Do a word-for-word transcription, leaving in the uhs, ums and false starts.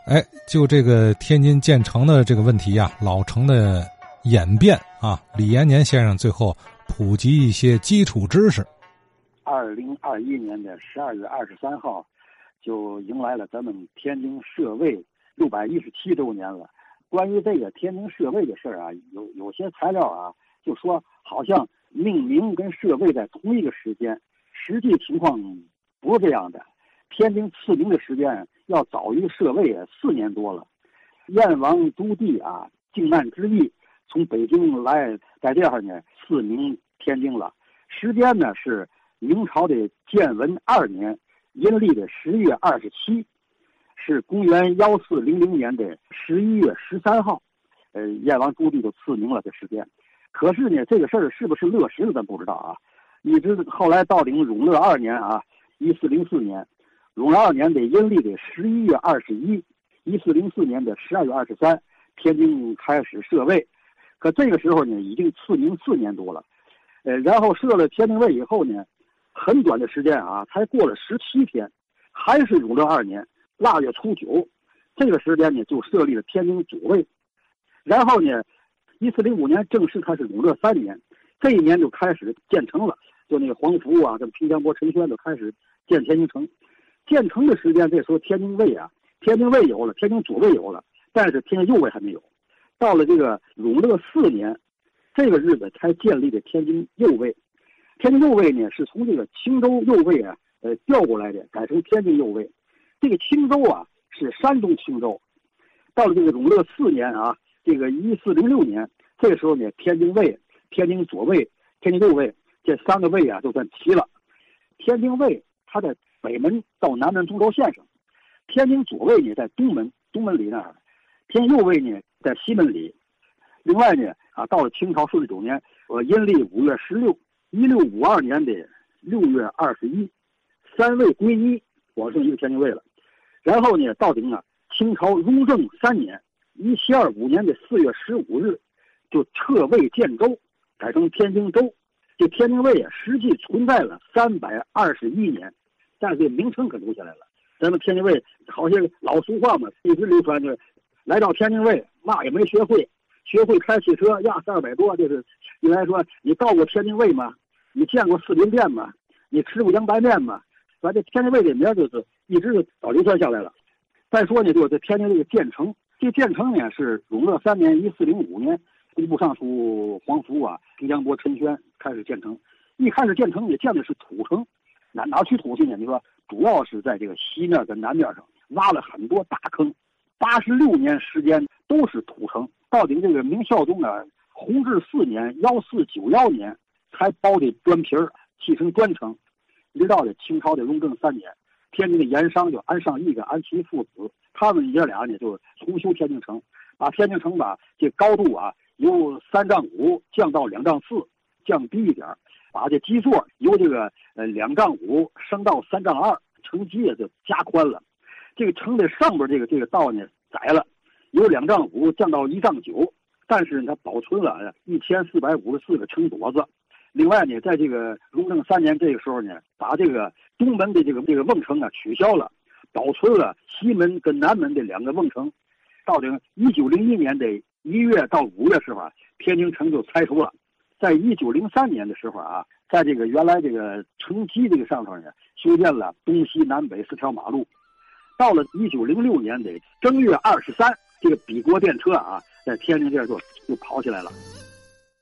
哎，就这个天津建城的这个问题啊，老城的演变啊，李延年先生最后普及一些基础知识。 二零二一年的十二月二十三号，就迎来了咱们天津设卫六百一十七周年了。关于这个天津设卫的事儿啊，有有些材料啊，就说好像命名跟设卫在同一个时间，实际情况不是这样的。天津赐名的时间要早于设卫四年多了。燕王朱棣啊，靖难之役从北京来，在这儿呢赐名天津了。时间呢是明朝的建文二年，阴历的十月二十七，是公元幺四零零年的十一月十三号。呃，燕王朱棣就赐名了这时间。可是呢，这个事儿是不是落实的咱不知道啊。一直后来到领永乐二年啊，一四零四年。永乐二年的阴历的十一月二十一，一四零四年的十二月二十三，天津开始设卫。可这个时候呢，已经赐名四年多了。呃，然后设了天津卫以后呢，很短的时间啊，才过了十七天，还是永乐二年腊月初九，这个时间呢就设立了天津左卫。然后呢，一四零五年正式开始永乐三年，这一年就开始建成了，就那个黄福啊，跟平江波、陈宣就开始建天津城。建成的时间，这时候天津卫啊，天津卫有了，天津左卫有了，但是天津右卫还没有。到了这个永乐四年，这个日子才建立的天津右卫。天津右卫呢，是从这个青州右卫啊，呃调过来的，改成天津右卫。这个青州啊，是山东青州。到了这个永乐四年啊，这个一四零六年，这个时候呢，天津卫、天津左卫、天津右卫这三个卫啊，就算齐了。天津卫它在北门到南门中轴线上，天津左卫呢在东门东门里那儿，天津右卫呢在西门里。另外呢啊，到了清朝顺治九年，呃阴历五月十六，一六五二年的六月二十一，三卫归一，光剩一个天津卫了。然后呢，到顶啊，清朝雍正三年，一七二五年的四月十五日，就撤卫建州，改成天津州。这天津卫啊，实际存在了三百二十一年。但是这名称可留下来了。咱们天津卫好些老俗话嘛，一直流传着。来到天津卫，嘛也没学会，学会开汽车，压四二百多。就是一来说，你到过天津卫吗？你见过四零店吗？你吃过洋白面吗？反正天津卫这名就是一直就早流传下来了。再说呢，就是这天津这个建成，这建成呢是永乐三年，一四零五年，工部尚书黄福啊、平江波、陈宣开始建成。一开始建成也建的是土城。哪哪去土去呢？你说主要是在这个西面跟南面上挖了很多大坑，八十六年时间都是土城。到底这个明孝宗啊，弘治四年幺四九幺年才包的砖皮儿，砌成砖城。一直到这清朝的雍正三年，天津的盐商就安尚义跟安琪父子，他们爷俩呢就重修天津城，把天津城吧这高度啊由三丈五降到两丈四，降低一点。把这基座由这个呃两丈五升到三丈二，城基也就加宽了。这个城的上边这个这个道呢窄了，由两丈五降到一丈九，但是它保存了一千四百五十四个城垛子。另外呢，在这个雍正三年这个时候呢，把这个东门的这个这个瓮城啊取消了，保存了西门跟南门的两个瓮城。到这个一九零一年的一月到五月时候啊，天津城就拆除了。在一九零三年的时候啊，在这个原来这个城基这个上头呢，修建了东西南北四条马路。到了一九零六年的正月二十三，这个比国电车啊，在天津这儿就就跑起来了。